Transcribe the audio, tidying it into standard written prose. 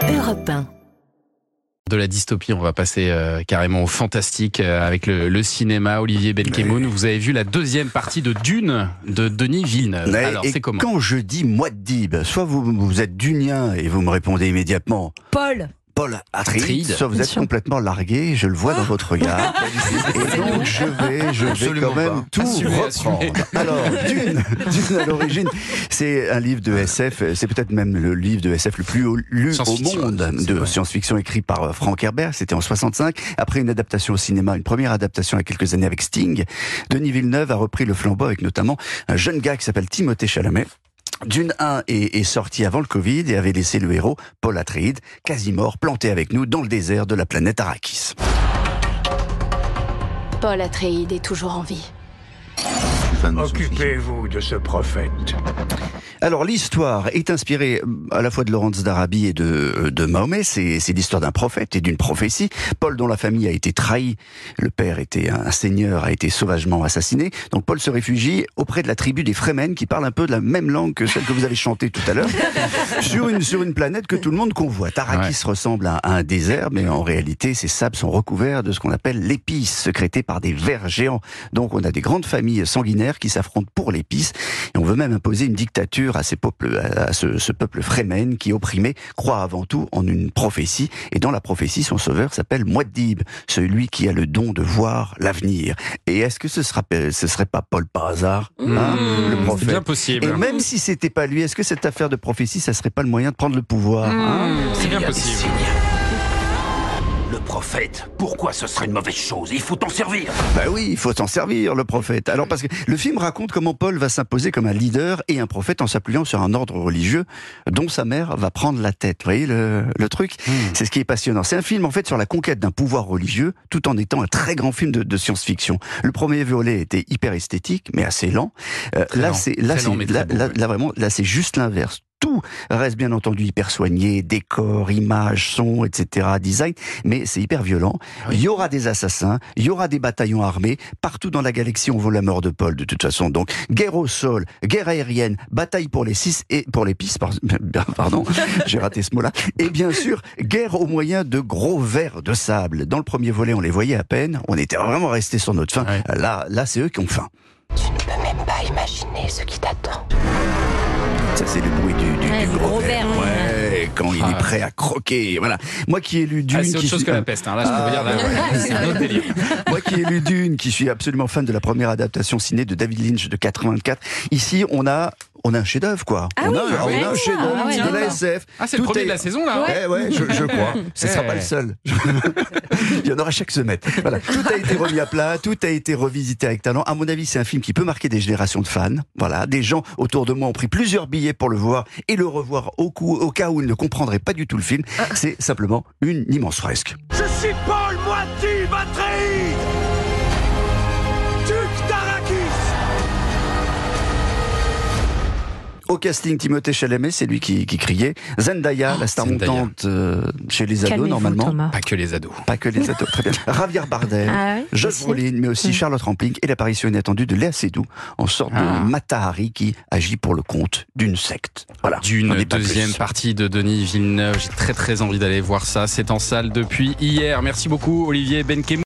Europe 1. De la dystopie, on va passer carrément au fantastique avec le cinéma. Olivier Benkemoun, vous avez vu la deuxième partie de Dune de Denis Villeneuve. Alors, c'est comment ? Quand je dis Mouad'Dib, soit vous êtes dunien et vous me répondez immédiatement Paul Atreides, soit vous êtes complètement largué, je le vois dans votre regard. Et donc je vais quand même tout reprendre. Alors, Dune à l'origine, c'est un livre de SF, c'est peut-être même le livre de SF le plus lu au monde, de science-fiction écrit par Frank Herbert, c'était en 65. Après une adaptation au cinéma, une première adaptation il y a quelques années avec Sting, Denis Villeneuve a repris le flambeau avec notamment un jeune gars qui s'appelle Timothée Chalamet. Dune 1 est sorti avant le Covid et avait laissé le héros, Paul Atreides, quasi mort, planté avec nous dans le désert de la planète Arrakis. Paul Atreides est toujours en vie. Occupez-vous de ce prophète. Alors l'histoire est inspirée à la fois de Lawrence d'Arabie et de Mahomet. C'est l'histoire d'un prophète et d'une prophétie. Paul, dont la famille a été trahie, le père était un seigneur, a été sauvagement assassiné. Donc Paul se réfugie auprès de la tribu des Fremen, qui parle un peu de la même langue que celle que vous avez chantée tout à l'heure, sur une planète que tout le monde convoite. Arrakis ressemble à un désert, mais en réalité ses sables sont recouverts de ce qu'on appelle l'épice, sécrétée par des vers géants. Donc on a des grandes familles sanguinaires qui s'affrontent pour l'épice, et on veut même imposer une dictature à ce peuple Fremen qui, opprimé, croit avant tout en une prophétie, et dans la prophétie, son sauveur s'appelle Mouad'Dib, celui qui a le don de voir l'avenir. Et est-ce que ce serait pas Paul par hasard, le prophète? C'est bien possible. Et même si c'était pas lui, est-ce que cette affaire de prophétie, ça serait pas le moyen de prendre le pouvoir? C'est bien possible. Le prophète, pourquoi ce serait une mauvaise chose? Il faut t'en servir. Bah oui, il faut s'en servir, le prophète. Alors parce que le film raconte comment Paul va s'imposer comme un leader et un prophète en s'appuyant sur un ordre religieux dont sa mère va prendre la tête. Vous voyez le truc? C'est ce qui est passionnant. C'est un film en fait sur la conquête d'un pouvoir religieux tout en étant un très grand film de science-fiction. Le premier volet était hyper esthétique mais assez lent. Là c'est juste l'inverse. Tout reste bien entendu hyper soigné, décor, images, son, etc., design, mais c'est hyper violent. Il y aura des assassins, il y aura des bataillons armés, partout dans la galaxie on voit la mort de Paul de toute façon. Donc guerre au sol, guerre aérienne, bataille pour les pistes, pardon, j'ai raté ce mot-là, et bien sûr guerre au moyen de gros vers de sable. Dans le premier volet on les voyait à peine, on était vraiment restés sur notre faim. Là c'est eux qui ont faim. Tu ne peux même pas imaginer ce qui t'attend. Ça c'est le bruit du gros ver. Ouais, quand il est prêt à croquer. Voilà. Moi qui ai lu Dune, c'est autre chose que la peste. Là, je peux vous dire, c'est un autre délire. Moi qui ai lu Dune, qui suis absolument fan de la première adaptation ciné de David Lynch de 84. Ici, on a un chef-d'œuvre, quoi. On a un chef-d'œuvre de la SF. C'est le premier de la saison, là. Ouais, je crois. Ce ne sera pas le seul. Il y en aura chaque semaine. Voilà. Tout a été remis à plat, tout a été revisité avec talent. À mon avis, c'est un film qui peut marquer des générations de fans. Voilà. Des gens autour de moi ont pris plusieurs billets pour le voir et le revoir au cas où ils ne comprendraient pas du tout le film. C'est simplement une immense fresque. Je suis Paul Mouad'Dib Atreides, duc d'Arrakis. Au casting, Timothée Chalamet, c'est lui qui criait. Zendaya, la star montante chez les ados, normalement. Thomas. Pas que les ados. Pas que les ados, très bien. Javier Bardem, Josh Brolin, mais aussi Charlotte Rampling et l'apparition inattendue de Léa Seydoux, en sorte de Mata-Hari qui agit pour le compte d'une secte. Voilà. D'une deuxième partie de Denis Villeneuve. J'ai très envie d'aller voir ça. C'est en salle depuis hier. Merci beaucoup, Olivier Benkemoun.